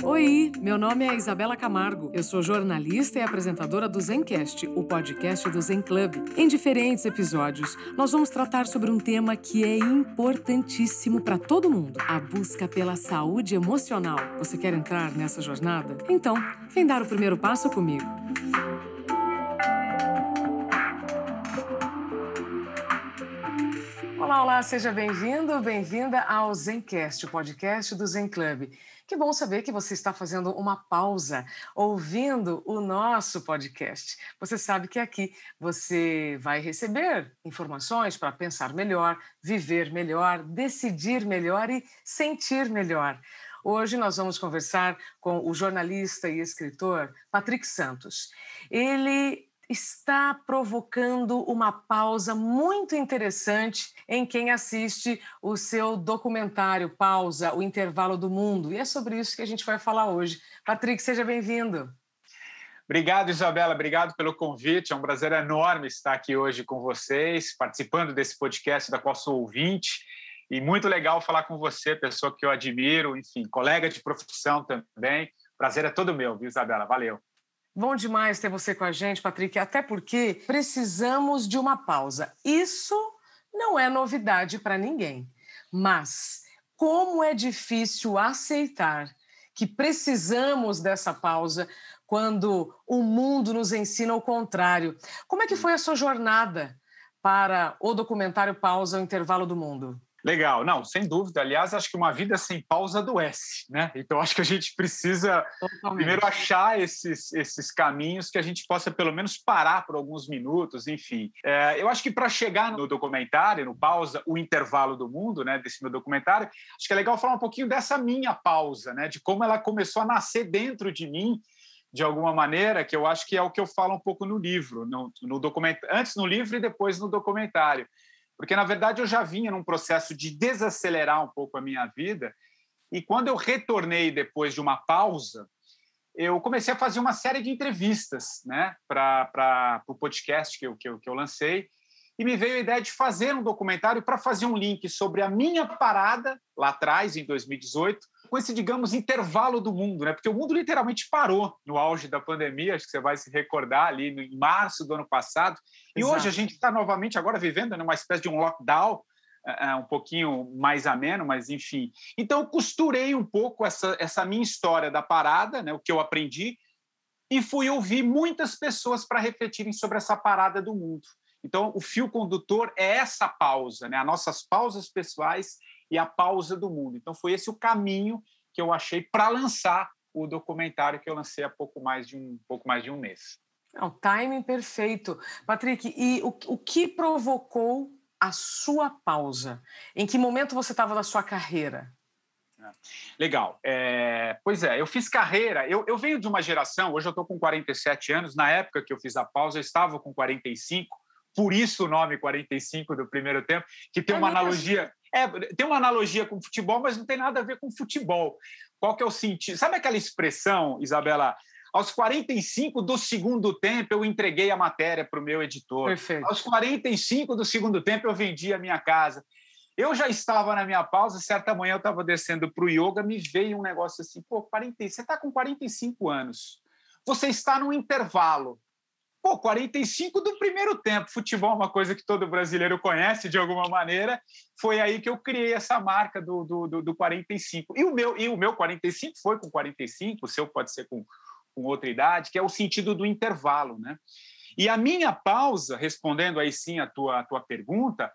Oi, meu nome é Isabela Camargo. Eu sou jornalista e apresentadora do Zencast, o podcast do Zen Club. Em diferentes episódios, nós vamos tratar sobre um tema que é importantíssimo para todo mundo: a busca pela saúde emocional. Você quer entrar nessa jornada? Então, vem dar o primeiro passo comigo. Olá, olá, seja bem-vindo, bem-vinda ao Zencast, o podcast do Zen Club. Que bom saber que você está fazendo uma pausa, ouvindo o nosso podcast. Você sabe que aqui você vai receber informações para pensar melhor, viver melhor, decidir melhor e sentir melhor. Hoje nós vamos conversar com o jornalista e escritor Patrick Santos. Ele está provocando uma pausa muito interessante em quem assiste o seu documentário Pausa, o Intervalo do Mundo. E é sobre isso que a gente vai falar hoje. Patrick, seja bem-vindo. Obrigado, Isabela. Obrigado pelo convite. É um prazer enorme estar aqui hoje com vocês, participando desse podcast da qual sou ouvinte. E muito legal falar com você, pessoa que eu admiro, enfim, colega de profissão também. Prazer é todo meu, viu, Isabela? Valeu. Bom demais ter você com a gente, Patrick, até porque precisamos de uma pausa. Isso não é novidade para ninguém. Mas como é difícil aceitar que precisamos dessa pausa quando o mundo nos ensina o contrário. Como é que foi a sua jornada para o documentário Pausa, o Intervalo do Mundo? Legal, não, sem dúvida. Aliás, acho que uma vida sem pausa adoece, né? Então, acho que a gente precisa primeiro achar esses caminhos que a gente possa, pelo menos, parar por alguns minutos, enfim. Eu acho que para chegar no documentário, no Pausa, o Intervalo do Mundo, né, desse meu documentário, acho que é legal falar um pouquinho dessa minha pausa, né, de como ela começou a nascer dentro de mim, de alguma maneira, que eu acho que é o que eu falo um pouco no livro, no documentário, antes no livro e depois no documentário. Porque, na verdade, eu já vinha num processo de desacelerar um pouco a minha vida e quando eu retornei depois de uma pausa, eu comecei a fazer uma série de entrevistas, né, para o podcast que eu lancei e me veio a ideia de fazer um documentário para fazer um link sobre a minha parada lá atrás, em 2018, com esse, digamos, intervalo do mundo, né? Porque o mundo literalmente parou no auge da pandemia, acho que você vai se recordar ali em março do ano passado. E Exato. hoje a gente está novamente agora vivendo numa espécie de um lockdown, um pouquinho mais ameno, mas enfim. Então eu costurei um pouco essa minha história da parada, né? O que eu aprendi, e fui ouvir muitas pessoas para refletirem sobre essa parada do mundo. Então o fio condutor é essa pausa, né? As nossas pausas pessoais e a pausa do mundo. Então foi esse o caminho que eu achei para lançar o documentário que eu lancei há pouco mais de um mês. É um timing perfeito. Patrick, e o que provocou a sua pausa? Em que momento você estava da sua carreira? Legal. Pois é, eu fiz carreira, eu venho de uma geração, hoje eu estou com 47 anos, na época que eu fiz a pausa eu estava com 45, por isso o nome 45 do primeiro tempo, que tem uma analogia... tem uma analogia com futebol, mas não tem nada a ver com futebol. Qual que é o sentido? Sabe aquela expressão, Isabela? Aos 45 do segundo tempo, eu entreguei a matéria para o meu editor. Perfeito. Aos 45 do segundo tempo, eu vendi a minha casa. Eu já estava na minha pausa, certa manhã eu estava descendo para o yoga, me veio um negócio assim, você está com 45 anos, você está num intervalo. 45 do primeiro tempo. Futebol é uma coisa que todo brasileiro conhece de alguma maneira. Foi aí que eu criei essa marca do 45. E o meu 45 foi com 45, o seu pode ser com outra idade, que é o sentido do intervalo, né? E a minha pausa, respondendo aí sim a tua pergunta,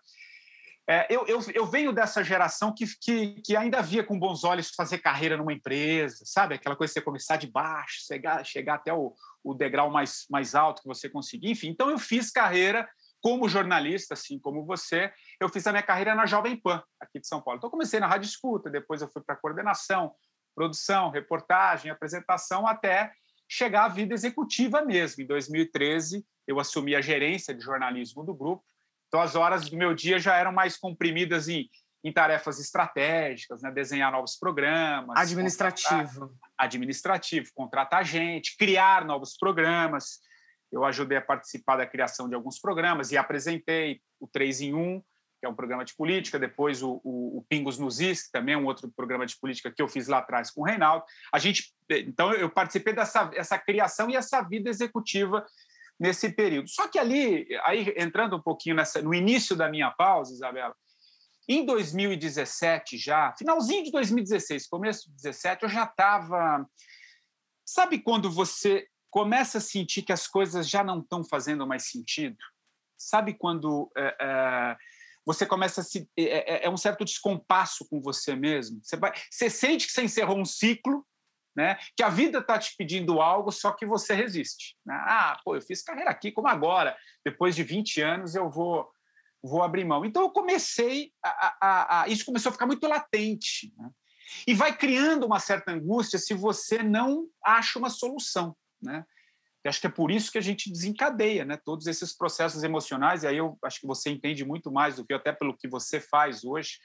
eu venho dessa geração que ainda via com bons olhos fazer carreira numa empresa, sabe? Aquela coisa de você começar de baixo, chegar até o degrau mais alto que você conseguir. Enfim, então eu fiz carreira como jornalista, assim como você. Eu fiz a minha carreira na Jovem Pan, aqui de São Paulo. Então eu comecei na Rádio Escuta, depois eu fui para coordenação, produção, reportagem, apresentação, até chegar à vida executiva mesmo. Em 2013, eu assumi a gerência de jornalismo do grupo. Então, as horas do meu dia já eram mais comprimidas em tarefas estratégicas, né? Desenhar novos programas. Administrativo, contratar gente, criar novos programas. Eu ajudei a participar da criação de alguns programas e apresentei o 3 em 1, que é um programa de política, depois o Pingos nos Is, que também é um outro programa de política que eu fiz lá atrás com o Reinaldo. Então, eu participei dessa criação e essa vida executiva nesse período. Só que aí entrando um pouquinho no início da minha pausa, Isabela, em 2017 já, finalzinho de 2016, começo de 2017, eu já estava... Sabe quando você começa a sentir que as coisas já não estão fazendo mais sentido? Sabe quando você começa a se... É um certo descompasso com você mesmo? Você sente que você encerrou um ciclo, né? Que a vida está te pedindo algo, só que você resiste. Né? Eu fiz carreira aqui, como agora? Depois de 20 anos eu vou abrir mão. Então, eu comecei isso começou a ficar muito latente, né? E vai criando uma certa angústia se você não acha uma solução, né? Eu acho que é por isso que a gente desencadeia, né, todos esses processos emocionais, e aí eu acho que você entende muito mais do que eu, até pelo que você faz hoje,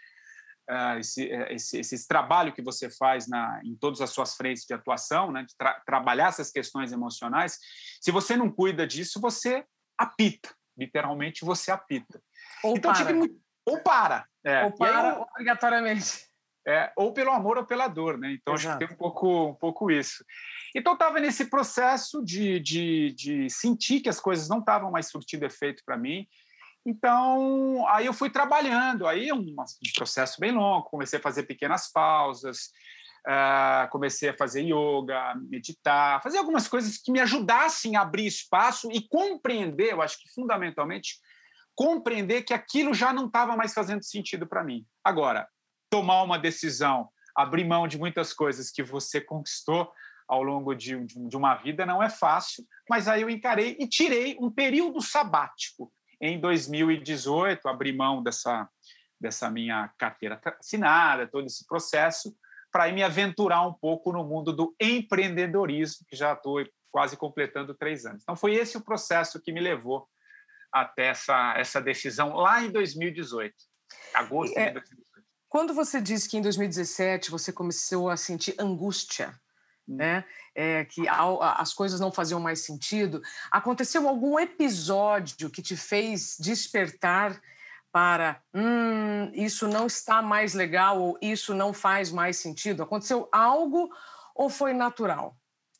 esse trabalho que você faz em todas as suas frentes de atuação, né, de trabalhar essas questões emocionais. Se você não cuida disso, você apita, literalmente você apita. Ou então, para. Ou para. Ou para, obrigatoriamente. Ou pelo amor ou pela dor, né? Então, Exato. Acho que tem um pouco isso. Então, estava nesse processo de sentir que as coisas não estavam mais surtindo efeito para mim. Então, aí eu fui trabalhando. Aí um processo bem longo. Comecei a fazer pequenas pausas, comecei a fazer yoga, meditar, fazer algumas coisas que me ajudassem a abrir espaço e compreender, eu acho que fundamentalmente, compreender que aquilo já não estava mais fazendo sentido para mim. Agora, tomar uma decisão, abrir mão de muitas coisas que você conquistou ao longo de uma vida não é fácil, mas aí eu encarei e tirei um período sabático. Em 2018, abri mão dessa minha carteira assinada, todo esse processo, para me aventurar um pouco no mundo do empreendedorismo, que já estou quase completando 3 anos. Então, foi esse o processo que me levou até essa decisão lá em 2018, agosto de 2018. Quando você disse que em 2017 você começou a sentir angústia, né? Que as coisas não faziam mais sentido, aconteceu algum episódio que te fez despertar para isso não está mais legal ou isso não faz mais sentido? Aconteceu algo ou foi natural?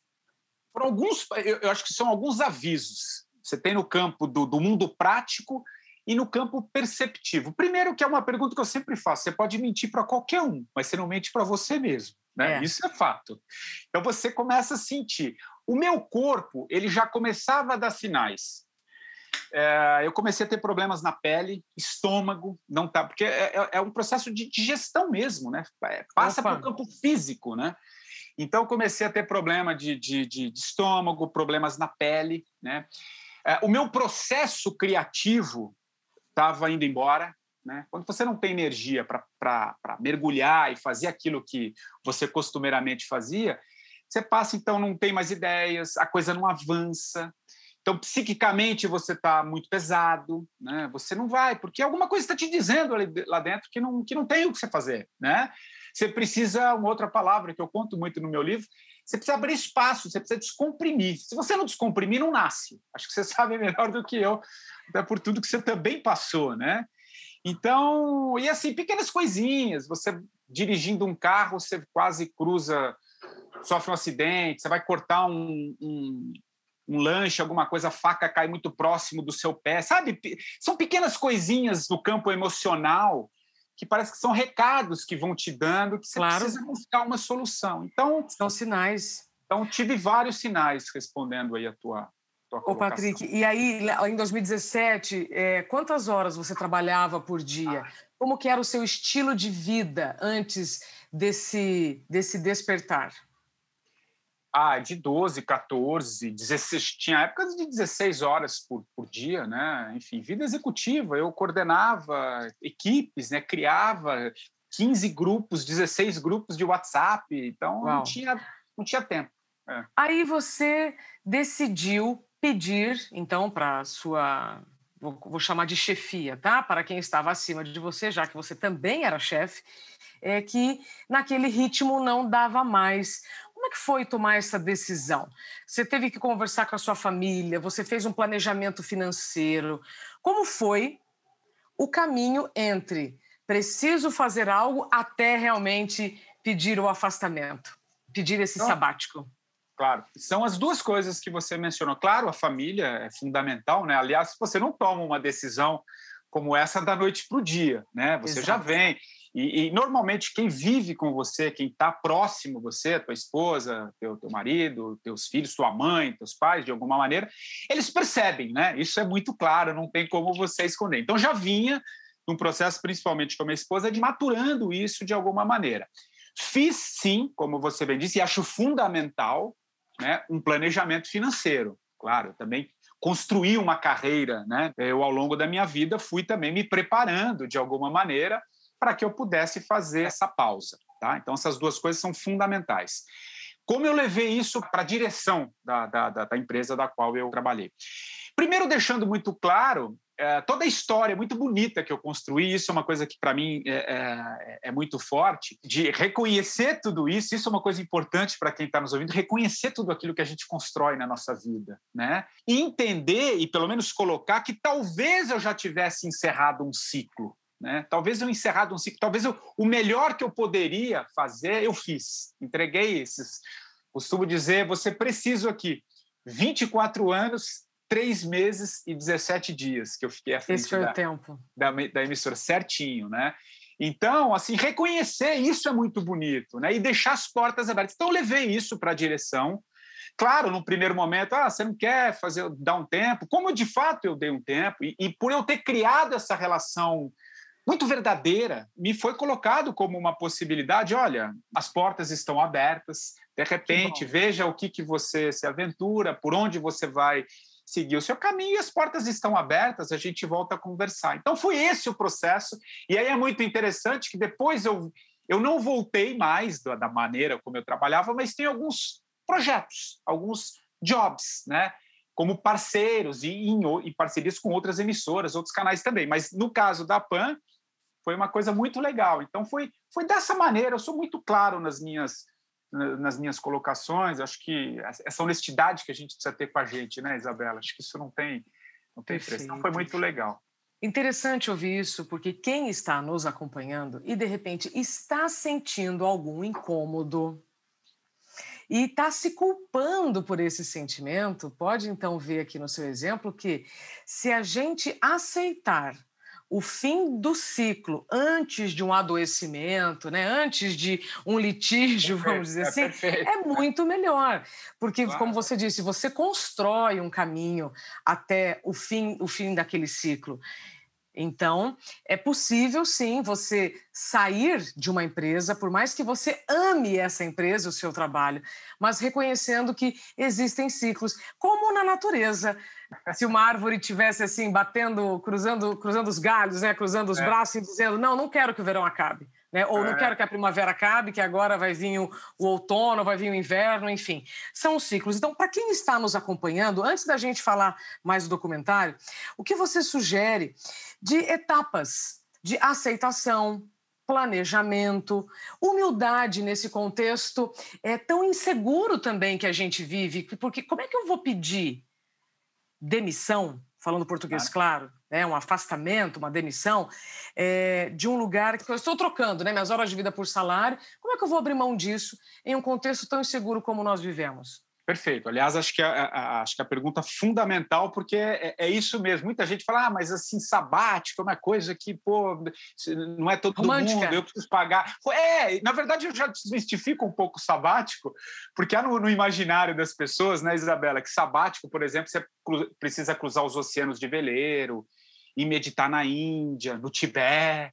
Eu acho que são alguns avisos. Você tem no campo do mundo prático e no campo perceptivo. Primeiro, que é uma pergunta que eu sempre faço, você pode mentir para qualquer um, mas você não mente para você mesmo. Né? Isso é fato. Então, você começa a sentir. O meu corpo ele já começava a dar sinais. Eu comecei a ter problemas na pele, estômago, não tá, porque é um processo de digestão mesmo, né? Passa para o campo físico, né? Então, eu comecei a ter problema de estômago, problemas na pele, né? O meu processo criativo estava indo embora, né? Quando você não tem energia para mergulhar e fazer aquilo que você costumeiramente fazia, você passa, então, não tem mais ideias, a coisa não avança. Então, psiquicamente, você está muito pesado, né? Você não vai, porque alguma coisa está te dizendo lá dentro que não tem o que você fazer, né? Você precisa, uma outra palavra que eu conto muito no meu livro, você precisa abrir espaço, você precisa descomprimir. Se você não descomprimir, não nasce. Acho que você sabe melhor do que eu, até por tudo que você também passou, né? Então, e assim, pequenas coisinhas. Você dirigindo um carro, você quase cruza, sofre um acidente, você vai cortar um lanche, alguma coisa, a faca cai muito próximo do seu pé, sabe? São pequenas coisinhas do campo emocional que parece que são recados que vão te dando, que você precisa buscar uma solução. Então, são sinais. Então, tive vários sinais respondendo aí a tua colocação. Patrick, e aí, em 2017, quantas horas você trabalhava por dia? Como que era o seu estilo de vida antes desse despertar? De 12, 14, 16, tinha épocas de 16 horas por dia, né? Enfim, vida executiva. Eu coordenava equipes, né? Criava 15 grupos, 16 grupos de WhatsApp. Então, não tinha tempo. Aí você decidiu pedir, então, para a sua... Vou chamar de chefia, tá? Para quem estava acima de você, já que você também era chefe, que naquele ritmo não dava mais. Como é que foi tomar essa decisão? Você teve que conversar com a sua família, você fez um planejamento financeiro. Como foi o caminho entre preciso fazer algo até realmente pedir o afastamento, pedir esse Então, sabático? claro, são as duas coisas que você mencionou. Claro, a família é fundamental, né? Aliás, você não toma uma decisão como essa da noite para o dia, né? Você já Exato. vem. E normalmente quem vive com você, quem está próximo a você, tua esposa, teu marido, teus filhos, tua mãe, teus pais, de alguma maneira, eles percebem, né? Isso é muito claro, não tem como você esconder. Então já vinha num processo, principalmente com a minha esposa, de maturando isso de alguma maneira. Fiz, sim, como você bem disse, e acho fundamental, né, um planejamento financeiro. Claro, eu também construí uma carreira, né? Eu, ao longo da minha vida, fui também me preparando de alguma maneira para que eu pudesse fazer essa pausa. Tá? Então, essas duas coisas são fundamentais. Como eu levei isso para a direção da empresa da qual eu trabalhei? Primeiro, deixando muito claro toda a história muito bonita que eu construí, isso é uma coisa que, para mim, é muito forte, de reconhecer tudo isso, isso é uma coisa importante para quem está nos ouvindo, reconhecer tudo aquilo que a gente constrói na nossa vida, né? E entender, e pelo menos colocar, que talvez eu já tivesse encerrado um ciclo, né? Talvez eu encerrado um ciclo, talvez o melhor que eu poderia fazer, eu fiz. Entreguei esses... Costumo dizer, você precisa aqui, 24 anos, 3 meses e 17 dias que eu fiquei à Esse frente foi o tempo. da emissora, certinho, né? Então, assim, reconhecer isso é muito bonito, né? E deixar as portas abertas. Então, eu levei isso para a direção. Claro, no primeiro momento, você não quer dar um tempo, como de fato eu dei um tempo, e por eu ter criado essa relação muito verdadeira, me foi colocado como uma possibilidade, olha, as portas estão abertas, de Que repente, bom. veja o que você se aventura, por onde você vai seguir o seu caminho, e as portas estão abertas, a gente volta a conversar. Então, foi esse o processo, e aí é muito interessante que depois eu não voltei mais da maneira como eu trabalhava, mas tem alguns projetos, alguns jobs, né? Como parceiros e parcerias com outras emissoras, outros canais também. Mas no caso da PAN, foi uma coisa muito legal. Então, foi dessa maneira. Eu sou muito claro nas minhas colocações. Acho que essa honestidade que a gente precisa ter com a gente, né, Isabela? Acho que isso não tem preço. Então, foi Perfeito. muito legal. Interessante ouvir isso, porque quem está nos acompanhando e, de repente, está sentindo algum incômodo e está se culpando por esse sentimento, pode então ver aqui no seu exemplo que, se a gente aceitar o fim do ciclo antes de um adoecimento, né, antes de um litígio, vamos Perfeito, dizer assim, perfeito. é muito melhor. Porque, como Claro. você disse, você constrói um caminho até o fim daquele ciclo. Então, é possível sim você sair de uma empresa, por mais que você ame essa empresa, o seu trabalho, mas reconhecendo que existem ciclos, como na natureza. Se uma árvore tivesse assim batendo, cruzando os galhos, né, cruzando os É, braços e dizendo: "Não, não quero que o verão acabe", né? Ou não quero que é, a primavera acabe, que agora vai vir o outono, vai vir o inverno, enfim. São os ciclos. Então, para quem está nos acompanhando, antes da gente falar mais do documentário, o que você sugere de etapas de aceitação, planejamento, humildade nesse contexto é tão inseguro também que a gente vive, porque como é que eu vou pedir demissão, falando português claro. claro, né, um afastamento, uma demissão, de um lugar que eu estou trocando, né, minhas horas de vida por salário, como é que eu vou abrir mão disso em um contexto tão inseguro como nós vivemos? Perfeito. Aliás, acho que acho que a pergunta fundamental, porque é isso mesmo. Muita gente fala, mas assim, sabático é uma coisa que, pô, não é todo mundo, Romântica? eu preciso pagar. Na verdade, eu já desmistifico um pouco o sabático, porque há no imaginário das pessoas, né, Isabela, que sabático, por exemplo, você precisa cruzar os oceanos de veleiro, ir meditar na Índia, no Tibete,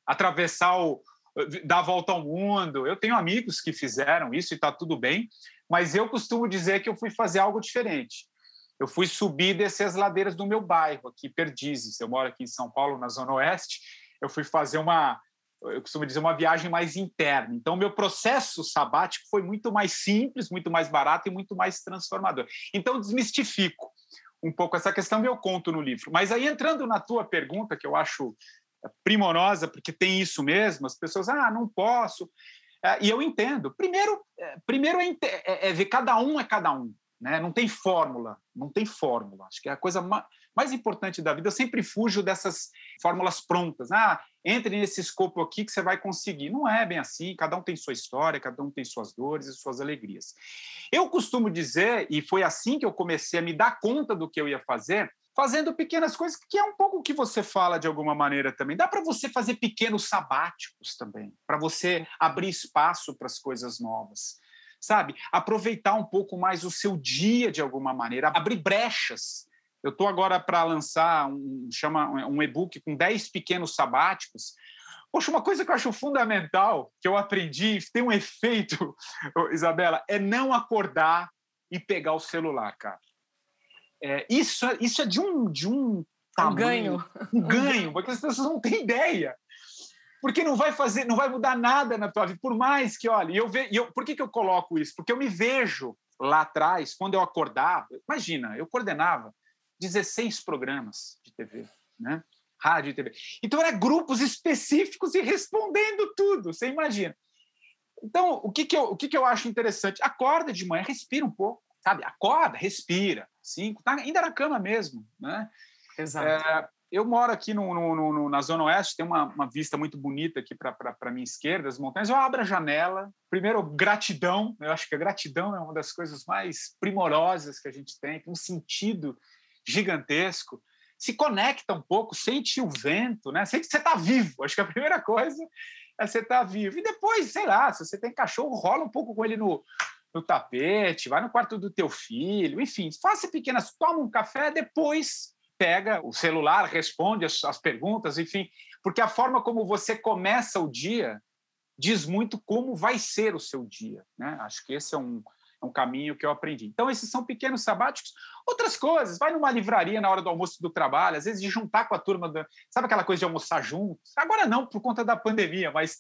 dar a volta ao mundo. Eu tenho amigos que fizeram isso e está tudo bem, mas eu costumo dizer que eu fui fazer algo diferente. Eu fui subir e descer as ladeiras do meu bairro, aqui, Perdizes. Eu moro aqui em São Paulo, na Zona Oeste. Eu fui fazer eu costumo dizer, uma viagem mais interna. Então, meu processo sabático foi muito mais simples, muito mais barato e muito mais transformador. Então, desmistifico um pouco essa questão e eu conto no livro. Mas aí, entrando na tua pergunta, que eu acho primorosa, porque tem isso mesmo, as pessoas, não posso. E eu entendo. Primeiro é ver cada um é cada um, né? Não tem fórmula, não tem fórmula. Acho que é a coisa mais importante da vida, eu sempre fujo dessas fórmulas prontas. Entre nesse escopo aqui que você vai conseguir. Não é bem assim, cada um tem sua história, cada um tem suas dores e suas alegrias. Eu costumo dizer, e foi assim que eu comecei a me dar conta do que eu ia fazer, fazendo pequenas coisas, que é um pouco o que você fala de alguma maneira também. Dá para você fazer pequenos sabáticos também, para você abrir espaço para as coisas novas, sabe? Aproveitar um pouco mais o seu dia de alguma maneira, abrir brechas. Eu estou agora para lançar um e-book com 10 pequenos sabáticos. Poxa, uma coisa que eu acho fundamental, que eu aprendi, tem um efeito, Isabela, é não acordar e pegar o celular, cara. Isso é de um tamanho, um ganho, porque as pessoas não têm ideia. Porque não vai mudar nada na tua vida, por mais que, olha, por que eu coloco isso? Porque eu me vejo lá atrás, quando eu acordava, imagina, eu coordenava 16 programas de TV, né? Rádio e TV. Então, eram grupos específicos e respondendo tudo, você imagina. Então, o que eu acho interessante? Acorda de manhã, respira um pouco, sabe? Acorda, respira. 5, tá ainda na cama mesmo, né? Exato. Eu moro aqui na Zona Oeste, tem uma vista muito bonita aqui para a minha esquerda, as montanhas. Eu abro a janela. Primeiro, gratidão. Eu acho que a gratidão é uma das coisas mais primorosas que a gente tem um sentido gigantesco. Se conecta um pouco, sente o vento, né? Sente que você está vivo. Acho que a primeira coisa é você estar vivo. E depois, sei lá, se você tem cachorro, rola um pouco com ele no tapete, vai no quarto do teu filho, enfim, faça pequenas, toma um café, depois pega o celular, responde as perguntas, enfim, porque a forma como você começa o dia diz muito como vai ser o seu dia, né? Acho que esse é um caminho que eu aprendi. Então, esses são pequenos sabáticos. Outras coisas, vai numa livraria na hora do almoço do trabalho, às vezes de juntar com a turma, sabe aquela coisa de almoçar juntos? Agora não, por conta da pandemia, mas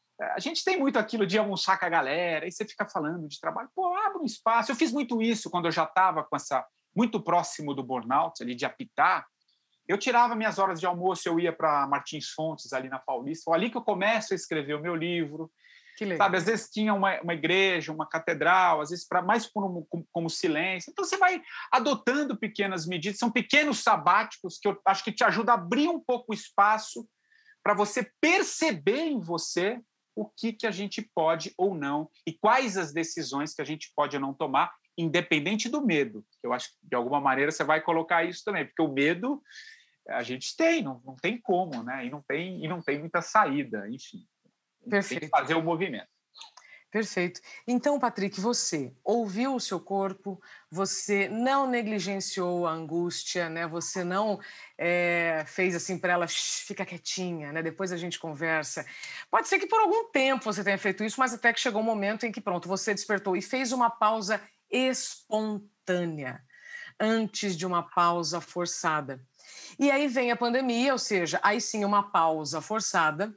a gente tem muito aquilo de almoçar com a galera, aí você fica falando de trabalho, abre um espaço. Eu fiz muito isso quando eu já estava muito próximo do burnout, ali de apitar. Eu tirava minhas horas de almoço, eu ia para Martins Fontes, ali na Paulista, foi ali que eu começo a escrever o meu livro. Que legal. Sabe, às vezes tinha uma igreja, uma catedral, às vezes mais como silêncio. Então, você vai adotando pequenas medidas, são pequenos sabáticos que eu acho que te ajudam a abrir um pouco o espaço para você perceber em você o que a gente pode ou não e quais as decisões que a gente pode ou não tomar, independente do medo. Eu acho que, de alguma maneira, você vai colocar isso também, porque o medo a gente tem, não tem como, né? E não tem muita saída, enfim. Perfeito. Tem que fazer o movimento. Perfeito. Então, Patrick, você ouviu o seu corpo, você não negligenciou a angústia, né? Você não fez assim para ela, fica quietinha, né? Depois a gente conversa. Pode ser que por algum tempo você tenha feito isso, mas até que chegou um momento em que, pronto, você despertou e fez uma pausa espontânea, antes de uma pausa forçada. E aí vem a pandemia, ou seja, aí sim uma pausa forçada,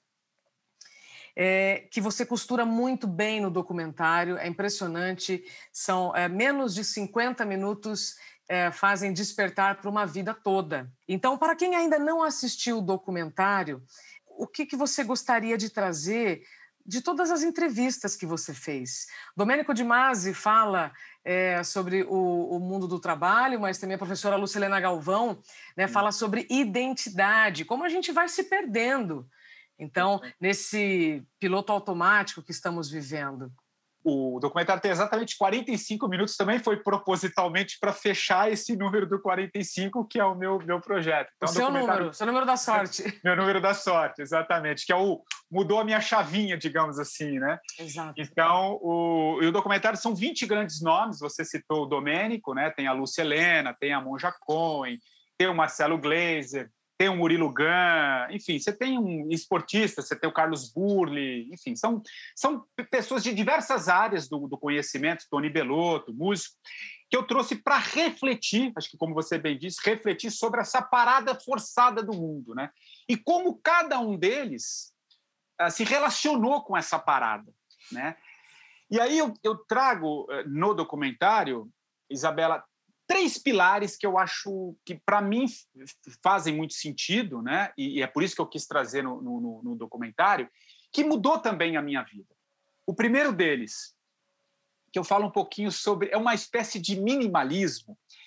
que você costura muito bem no documentário, é impressionante, são menos de 50 minutos fazem despertar para uma vida toda. Então, para quem ainda não assistiu o documentário, o que você gostaria de trazer de todas as entrevistas que você fez? Domênico de Masi fala sobre o mundo do trabalho, mas também a professora Lucilena Galvão, né, fala sobre identidade, como a gente vai se perdendo. Então, nesse piloto automático que estamos vivendo. O documentário tem exatamente 45 minutos, também foi propositalmente para fechar esse número do 45, que é o meu projeto. Então, seu número da sorte. Meu número da sorte, exatamente, que mudou a minha chavinha, digamos assim, né? Exato. Então, o documentário são 20 grandes nomes, você citou o Domênico, né? Tem a Lúcia Helena, tem a Monja Cohen, tem o Marcelo Gleiser, tem o Murilo Gun, enfim, você tem um esportista, você tem o Carlos Burli, enfim, são pessoas de diversas áreas do conhecimento, Tony Bellotto, músico, que eu trouxe para refletir, acho que como você bem disse, refletir sobre essa parada forçada do mundo, né? E como cada um deles se relacionou com essa parada, né? E aí eu trago no documentário, Isabela, 3 pilares que eu acho que, para mim, fazem muito sentido, né? E é por isso que eu quis trazer no documentário, que mudou também a minha vida. O primeiro deles, que eu falo um pouquinho sobre, é uma espécie de minimalismo,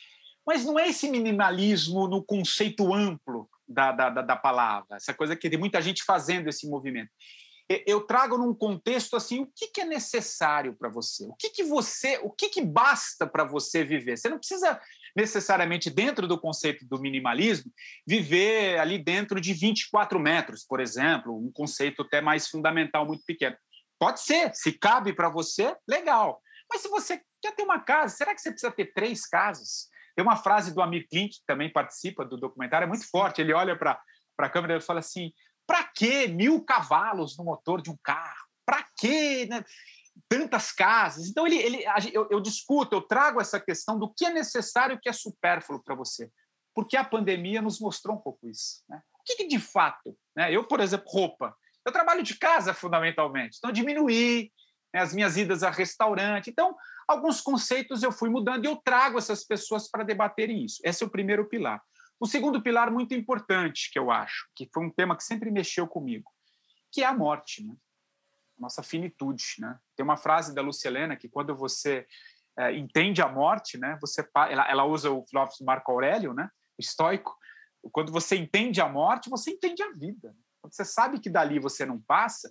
Mas não é esse minimalismo no conceito amplo da palavra, essa coisa que tem muita gente fazendo esse movimento. Eu trago num contexto assim, o que é necessário para você? O que basta para você viver? Você não precisa necessariamente, dentro do conceito do minimalismo, viver ali dentro de 24 metros, por exemplo, um conceito até mais fundamental, muito pequeno. Pode ser, se cabe para você, legal. Mas se você quer ter uma casa, será que você precisa ter 3 casas? Tem uma frase do Amir Klink, que também participa do documentário, é muito forte. Ele olha para a câmera e fala assim: para que 1000 cavalos no motor de um carro? Para que, né, tantas casas? Então, eu discuto, eu trago essa questão do que é necessário e o que é supérfluo para você. Porque a pandemia nos mostrou um pouco isso. Né? O que de fato? Né? Eu, por exemplo, roupa. Eu trabalho de casa, fundamentalmente. Então, diminuí, né, as minhas idas a restaurante. Então, alguns conceitos eu fui mudando e eu trago essas pessoas para debaterem isso. Esse é o primeiro pilar. O segundo pilar, muito importante, que eu acho, que foi um tema que sempre mexeu comigo, que é a morte, né? A nossa finitude. Né? Tem uma frase da Lúcia Helena que, quando você entende a morte, né, ela usa o filósofo Marco Aurélio, né, o estoico, quando você entende a morte, você entende a vida. Quando você sabe que dali você não passa,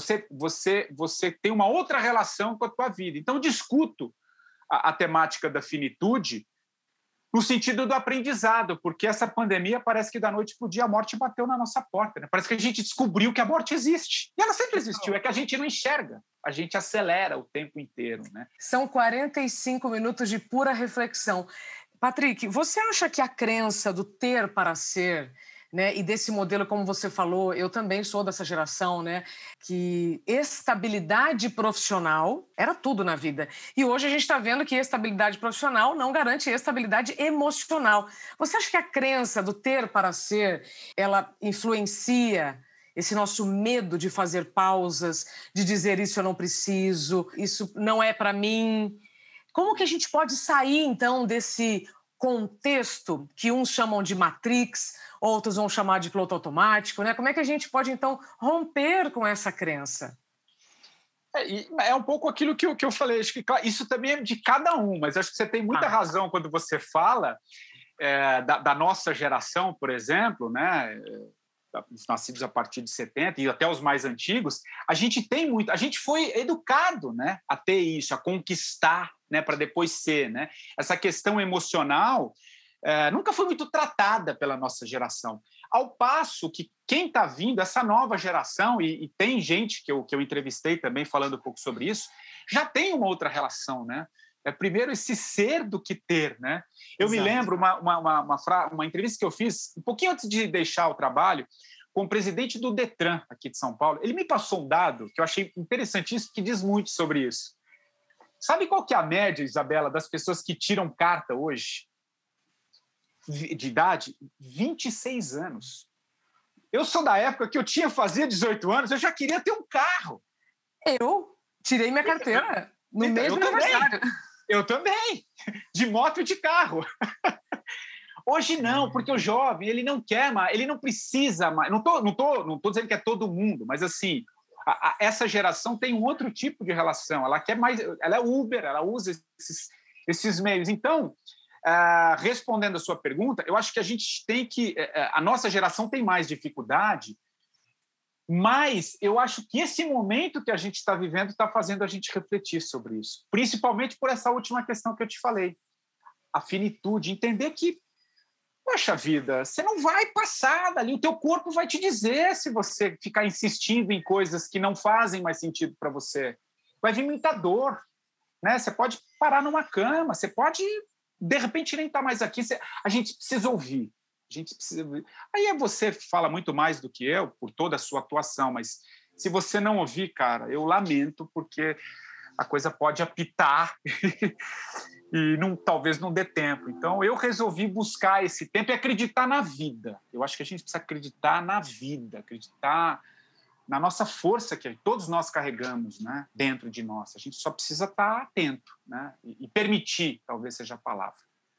você tem uma outra relação com a tua vida. Então, eu discuto a temática da finitude no sentido do aprendizado, porque essa pandemia parece que da noite para o dia a morte bateu na nossa porta. Né? Parece que a gente descobriu que a morte existe. E ela sempre existiu, é que a gente não enxerga. A gente acelera o tempo inteiro. Né? São 45 minutos de pura reflexão. Patrick, você acha que a crença do ter para ser, né, e desse modelo, como você falou, eu também sou dessa geração, né, que estabilidade profissional era tudo na vida. E hoje a gente está vendo que estabilidade profissional não garante estabilidade emocional. Você acha que a crença do ter para ser, ela influencia esse nosso medo de fazer pausas, de dizer isso eu não preciso, isso não é para mim? Como que a gente pode sair, então, desse contexto que uns chamam de Matrix, outros vão chamar de piloto automático, né? Como é que a gente pode, então, romper com essa crença? É um pouco aquilo que eu falei. Acho que isso também é de cada um, mas acho que você tem muita razão quando você fala da nossa geração, por exemplo, né? Os nascidos a partir de 70 e até os mais antigos, a gente foi educado, né, a ter isso, a conquistar, né, para depois ser, né? Essa questão emocional nunca foi muito tratada pela nossa geração. Ao passo que quem está vindo, essa nova geração, e tem gente que eu entrevistei também falando um pouco sobre isso, já tem uma outra relação, né? Primeiro esse ser do que ter, né? Eu me lembro uma entrevista que eu fiz um pouquinho antes de deixar o trabalho com o presidente do Detran aqui de São Paulo. Ele me passou um dado que eu achei interessantíssimo, que diz muito sobre isso. Sabe qual que é a média, Isabela, das pessoas que tiram carta hoje de idade? 26 anos. Eu sou da época que fazia 18 anos, eu já queria ter um carro. Eu tirei minha carteira no mesmo aniversário. Eu também, de moto e de carro. Hoje não, porque o jovem, ele não quer mais, ele não precisa mais. Não tô dizendo que é todo mundo, mas assim, essa geração tem um outro tipo de relação. Ela quer mais, ela é Uber, ela usa esses meios. Então, respondendo a sua pergunta, eu acho que a gente tem que, a nossa geração tem mais dificuldade, mas eu acho que esse momento que a gente está vivendo está fazendo a gente refletir sobre isso, principalmente por essa última questão que eu te falei, a finitude, entender que, poxa vida, você não vai passar dali, o teu corpo vai te dizer se você ficar insistindo em coisas que não fazem mais sentido para você. Vai vir muita dor, né? Você pode parar numa cama, você pode, de repente, nem estar mais aqui. A gente precisa ouvir. Aí você fala muito mais do que eu, por toda a sua atuação, mas se você não ouvir, cara, eu lamento, porque a coisa pode apitar e talvez não dê tempo. Então, eu resolvi buscar esse tempo e acreditar na vida. Eu acho que a gente precisa acreditar na vida, acreditar na nossa força que todos nós carregamos, né, dentro de nós. A gente só precisa estar atento, né, e permitir, talvez seja a palavra.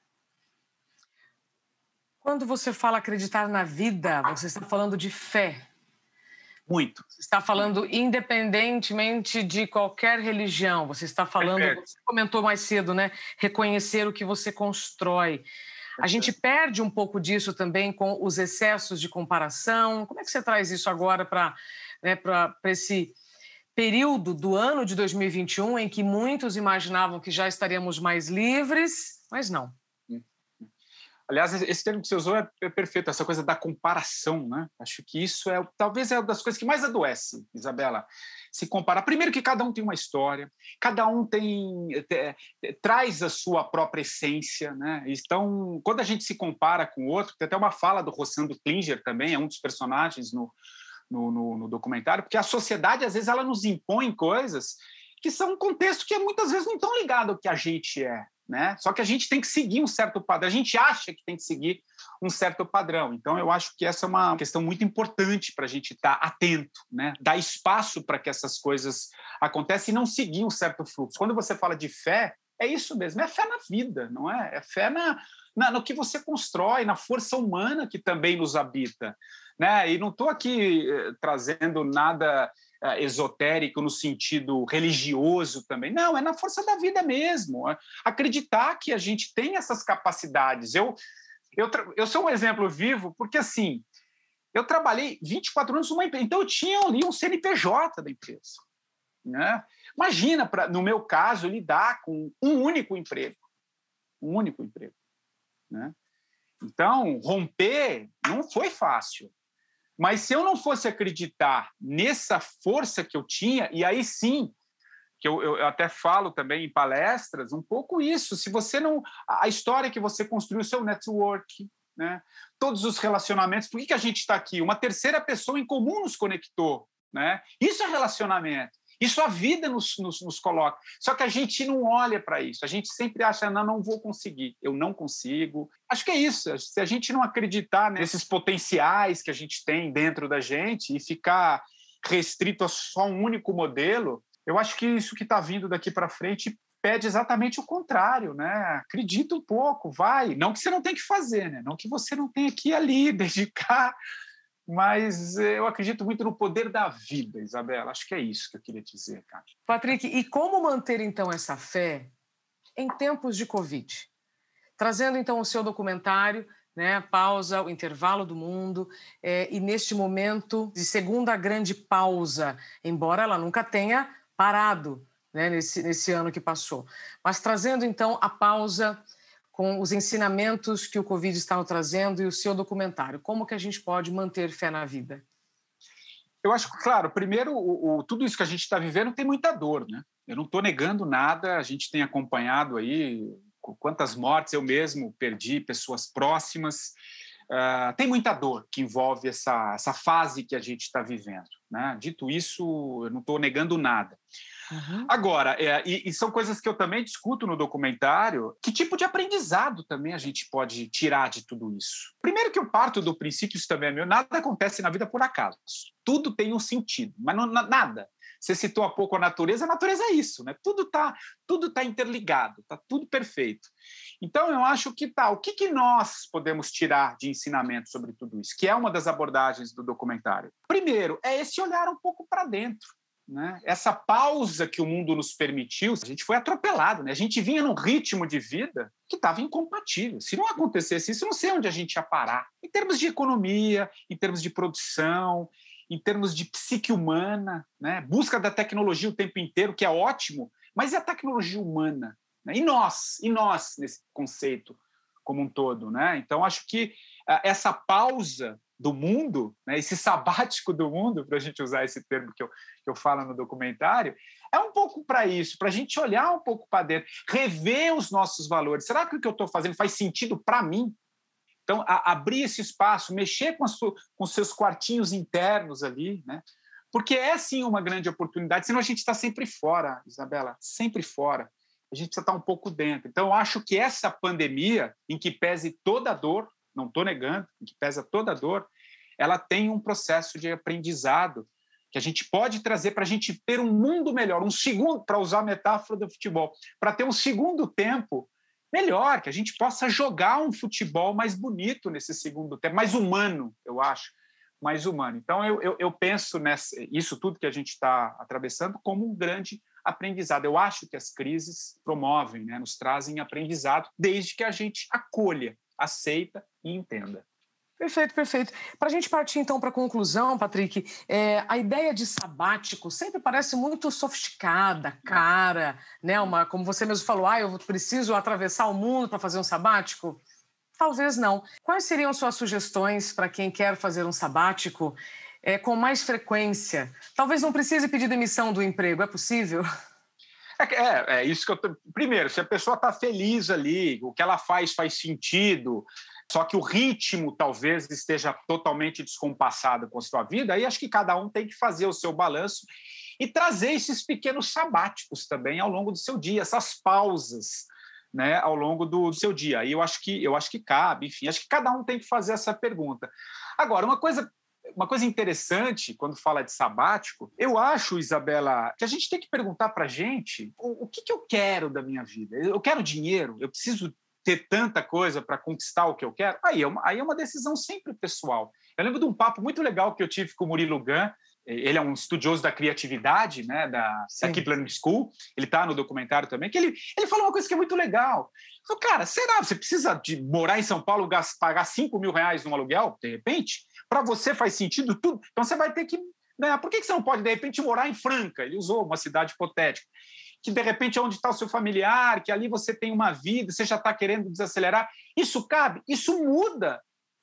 Quando você fala acreditar na vida, você está falando de fé. Muito. Você está falando independentemente de qualquer religião. Você está falando, você comentou mais cedo, né? Reconhecer o que você constrói. A gente perde um pouco disso também com os excessos de comparação. Como é que você traz isso agora para esse período do ano de 2021 em que muitos imaginavam que já estaríamos mais livres, mas não? Aliás, esse termo que você usou é perfeito, essa coisa da comparação, né? Acho que isso talvez é uma das coisas que mais adoece, Isabela, se comparar. Primeiro que cada um tem uma história, cada um traz a sua própria essência, né? Então, quando a gente se compara com o outro, tem até uma fala do Rossandro Klinger também, é um dos personagens no documentário, porque a sociedade, às vezes, ela nos impõe coisas que são um contexto que muitas vezes não estão ligados ao que a gente é, né? Só que a gente tem que seguir um certo padrão, a gente acha que tem que seguir um certo padrão. Então, eu acho que essa é uma questão muito importante para a gente estar atento, né? Dar espaço para que essas coisas aconteçam e não seguir um certo fluxo. Quando você fala de fé, é isso mesmo, é fé na vida, não é? É fé no que você constrói, na força humana que também nos habita, né? E não estou aqui trazendo nada esotérico no sentido religioso também. Não, é na força da vida mesmo. Acreditar que a gente tem essas capacidades. Eu sou um exemplo vivo porque, assim, eu trabalhei 24 anos numa empresa, então eu tinha ali um CNPJ da empresa, né? Imagina, no meu caso, lidar com um único emprego, né? Então, romper não foi fácil. Mas se eu não fosse acreditar nessa força que eu tinha, e aí sim, que eu até falo também em palestras, um pouco isso, se você não... A história que você construiu, o seu network, né? Todos os relacionamentos, por que a gente está aqui? Uma terceira pessoa em comum nos conectou, né? Isso é relacionamento. Isso a vida nos coloca. Só que a gente não olha para isso. A gente sempre acha, não vou conseguir. Eu não consigo. Acho que é isso. Se a gente não acreditar nesses potenciais que a gente tem dentro da gente e ficar restrito a só um único modelo, eu acho que isso que está vindo daqui para frente pede exatamente o contrário, né? Acredita um pouco, vai. Não que você não tenha que fazer, né? Não que você não tenha que ir ali, dedicar... Mas eu acredito muito no poder da vida, Isabela. Acho que é isso que eu queria dizer, cara. Patrick, e como manter, então, essa fé em tempos de Covid? Trazendo, então, o seu documentário, né, Pausa, o Intervalo do Mundo, e neste momento de segunda grande pausa, embora ela nunca tenha parado, né, nesse ano que passou. Mas trazendo, então, a pausa com os ensinamentos que o Covid está trazendo e o seu documentário. Como que a gente pode manter fé na vida? Eu acho que, claro, primeiro, tudo isso que a gente está vivendo tem muita dor, né? Eu não estou negando nada, a gente tem acompanhado aí quantas mortes eu mesmo perdi, pessoas próximas. Tem muita dor que envolve essa fase que a gente está vivendo, né? Dito isso, eu não estou negando nada. Uhum. Agora, e são coisas que eu também discuto no documentário, que tipo de aprendizado também a gente pode tirar de tudo isso? Primeiro que eu parto do princípio, isso também é meu, nada acontece na vida por acaso. Tudo tem um sentido, mas não, nada. Você citou há pouco a natureza é isso, né? Tudo tá interligado, tá tudo perfeito. Então, eu acho que o que nós podemos tirar de ensinamento sobre tudo isso, que é uma das abordagens do documentário? Primeiro, é esse olhar um pouco para dentro. Né? Essa pausa que o mundo nos permitiu, a gente foi atropelado, né? A gente vinha num ritmo de vida que estava incompatível. Se não acontecesse isso, eu não sei onde a gente ia parar. Em termos de economia, em termos de produção, em termos de psique humana, né? Busca da tecnologia o tempo inteiro, que é ótimo, mas e a tecnologia humana? Né? E nós nesse conceito como um todo, né? Então, acho que essa pausa do mundo, né, esse sabático do mundo, para a gente usar esse termo que eu falo no documentário, é um pouco para isso, para a gente olhar um pouco para dentro, rever os nossos valores. Será que o que eu estou fazendo faz sentido para mim? Então, abrir esse espaço, mexer com seus quartinhos internos ali, né? Porque é, sim, uma grande oportunidade, senão a gente está sempre fora, Isabela, sempre fora. A gente precisa estar um pouco dentro. Então, eu acho que essa pandemia, em que pese toda a dor, não estou negando, que pesa toda a dor, ela tem um processo de aprendizado que a gente pode trazer para a gente ter um mundo melhor, um segundo, para usar a metáfora do futebol, para ter um segundo tempo melhor, que a gente possa jogar um futebol mais bonito nesse segundo tempo, mais humano, eu acho, mais humano. Então, eu penso isso tudo que a gente está atravessando como um grande aprendizado. Eu acho que as crises promovem, né, nos trazem aprendizado, desde que a gente acolha aceita e entenda. Perfeito, perfeito. Para a gente partir, então, para a conclusão, Patrick, a ideia de sabático sempre parece muito sofisticada, cara, né? Como você mesmo falou, eu preciso atravessar o mundo para fazer um sabático? Talvez não. Quais seriam suas sugestões para quem quer fazer um sabático com mais frequência? Talvez não precise pedir demissão do emprego, é possível? É isso que eu... Primeiro, se a pessoa está feliz ali, o que ela faz sentido, só que o ritmo talvez esteja totalmente descompassado com a sua vida, aí acho que cada um tem que fazer o seu balanço e trazer esses pequenos sabáticos também ao longo do seu dia, essas pausas, né, ao longo do seu dia. Aí eu acho que cabe, enfim, acho que cada um tem que fazer essa pergunta. Agora, uma coisa interessante, quando fala de sabático, eu acho, Isabela, que a gente tem que perguntar para a gente o que eu quero da minha vida. Eu quero dinheiro? Eu preciso ter tanta coisa para conquistar o que eu quero? Aí é uma decisão sempre pessoal. Eu lembro de um papo muito legal que eu tive com o Murilo Gun. Ele é um estudioso da criatividade, né, da Kaplan School. Ele está no documentário também, que ele falou uma coisa que é muito legal. Ele falou, cara, será que você precisa de morar em São Paulo, pagar R$5.000 num aluguel, de repente? Para você faz sentido tudo? Então você vai ter que... Né, por que você não pode, de repente, morar em Franca? Ele usou uma cidade hipotética. Que, de repente, é onde está o seu familiar, que ali você tem uma vida, você já está querendo desacelerar. Isso cabe? Isso muda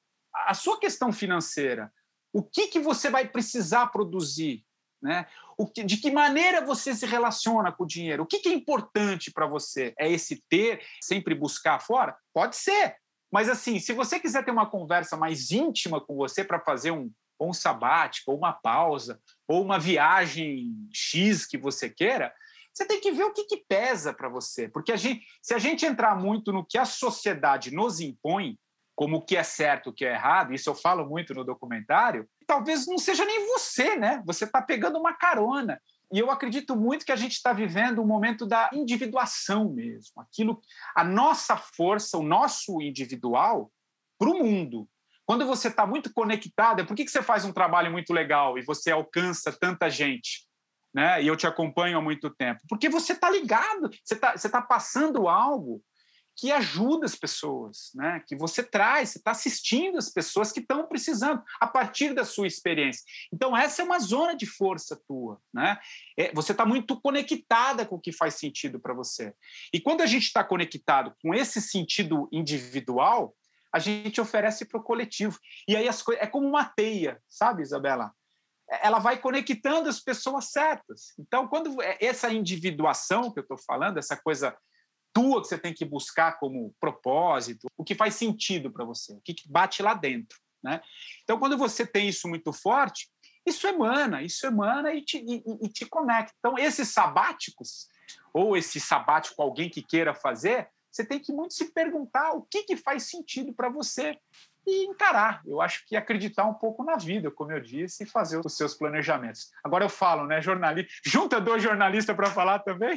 a sua questão financeira. O que você vai precisar produzir? Né? De que maneira você se relaciona com o dinheiro? O que é importante para você? É esse ter, sempre buscar fora? Pode ser. Mas, assim, se você quiser ter uma conversa mais íntima com você para fazer um sabático, ou uma pausa, ou uma viagem X que você queira, você tem que ver o que pesa para você. Porque se a gente entrar muito no que a sociedade nos impõe, como o que é certo, o que é errado, isso eu falo muito no documentário, talvez não seja nem você, né? Você está pegando uma carona. E eu acredito muito que a gente está vivendo um momento da individuação mesmo. A nossa força, o nosso individual para o mundo. Quando você está muito conectado, por que você faz um trabalho muito legal e você alcança tanta gente? Né? E eu te acompanho há muito tempo. Porque você está ligado, você tá passando algo que ajuda as pessoas, né? Que você está assistindo as pessoas que estão precisando a partir da sua experiência. Então, essa é uma zona de força tua, né? Você está muito conectada com o que faz sentido para você. E quando a gente está conectado com esse sentido individual, a gente oferece para o coletivo. E aí é como uma teia, sabe, Isabela? Ela vai conectando as pessoas certas. Então, quando essa individuação que eu estou falando, essa coisa tua que você tem que buscar como propósito, o que faz sentido para você, o que bate lá dentro, né? Então, quando você tem isso muito forte, isso emana e te conecta. Então, esses sabáticos, ou esse sabático alguém que queira fazer, você tem que muito se perguntar o que faz sentido para você e encarar. Eu acho que acreditar um pouco na vida, como eu disse, e fazer os seus planejamentos. Agora eu falo, né, jornalista, junta 2 jornalistas para falar também.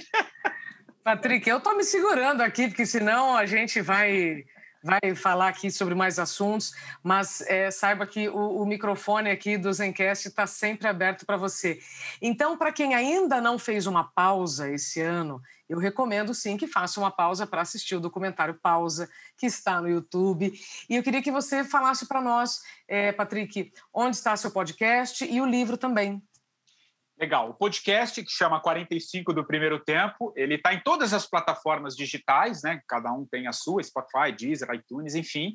Patrick, eu estou me segurando aqui, porque senão a gente vai falar aqui sobre mais assuntos, mas saiba que o microfone aqui do Zencast está sempre aberto para você. Então, para quem ainda não fez uma pausa esse ano, eu recomendo sim que faça uma pausa para assistir o documentário Pausa, que está no YouTube. E eu queria que você falasse para nós, Patrick, onde está seu podcast e o livro também. Legal. O podcast, que chama 45 do Primeiro Tempo, ele está em todas as plataformas digitais, né? Cada um tem a sua, Spotify, Deezer, iTunes, enfim.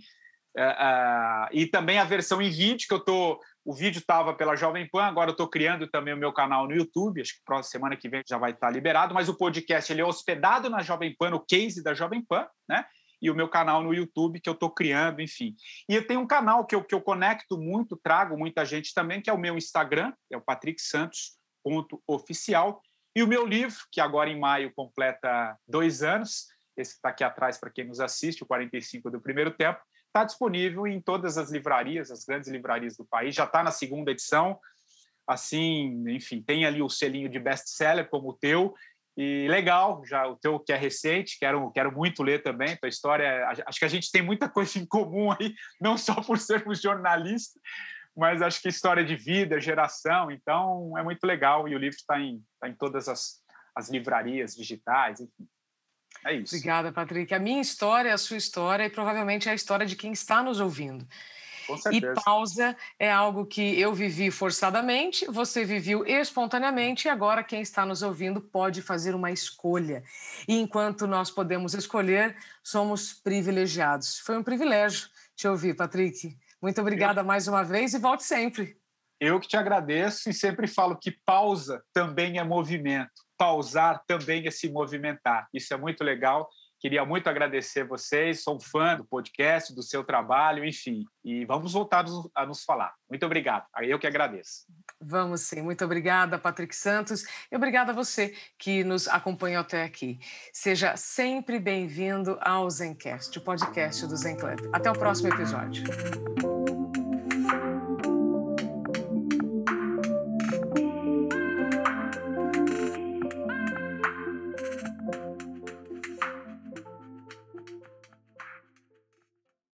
E também a versão em vídeo, o vídeo estava pela Jovem Pan, agora eu estou criando também o meu canal no YouTube, acho que próxima semana que vem já vai estar liberado, mas o podcast ele é hospedado na Jovem Pan, no case da Jovem Pan, né? E o meu canal no YouTube que eu estou criando, enfim. E eu tenho um canal que eu conecto muito, trago muita gente também, que é o meu Instagram, é o Patrick Santos, .oficial, e o meu livro, que agora em maio completa 2 anos, esse que está aqui atrás para quem nos assiste, o 45 do Primeiro Tempo, está disponível em todas as livrarias, as grandes livrarias do país, já está na 2ª edição, assim, enfim, tem ali o selinho de best-seller como o teu, e legal, já o teu que é recente, quero muito ler também, tua história, acho que a gente tem muita coisa em comum aí, não só por sermos jornalistas, mas acho que história de vida, geração, então é muito legal, e o livro está em todas as livrarias digitais, enfim. É isso. Obrigada, Patrick. A minha história é a sua história e provavelmente é a história de quem está nos ouvindo. Com E certeza. pausa é algo que eu vivi forçadamente, você viveu espontaneamente e agora quem está nos ouvindo pode fazer uma escolha. E enquanto nós podemos escolher, somos privilegiados. Foi um privilégio te ouvir, Patrick. Muito Eu, obrigada mais uma vez e volte sempre. eu que te agradeço e sempre falo que pausa também é movimento. Pausar também é se movimentar. Isso é muito legal. Queria muito agradecer vocês. Sou um fã do podcast, do seu trabalho, enfim. E vamos voltar a nos falar. Muito obrigado. Eu que agradeço. Vamos sim. Muito obrigada, Patrick Santos. E obrigada a você que nos acompanhou até aqui. Seja sempre bem-vindo ao Zencast, o podcast do Zen Club. Até o próximo episódio.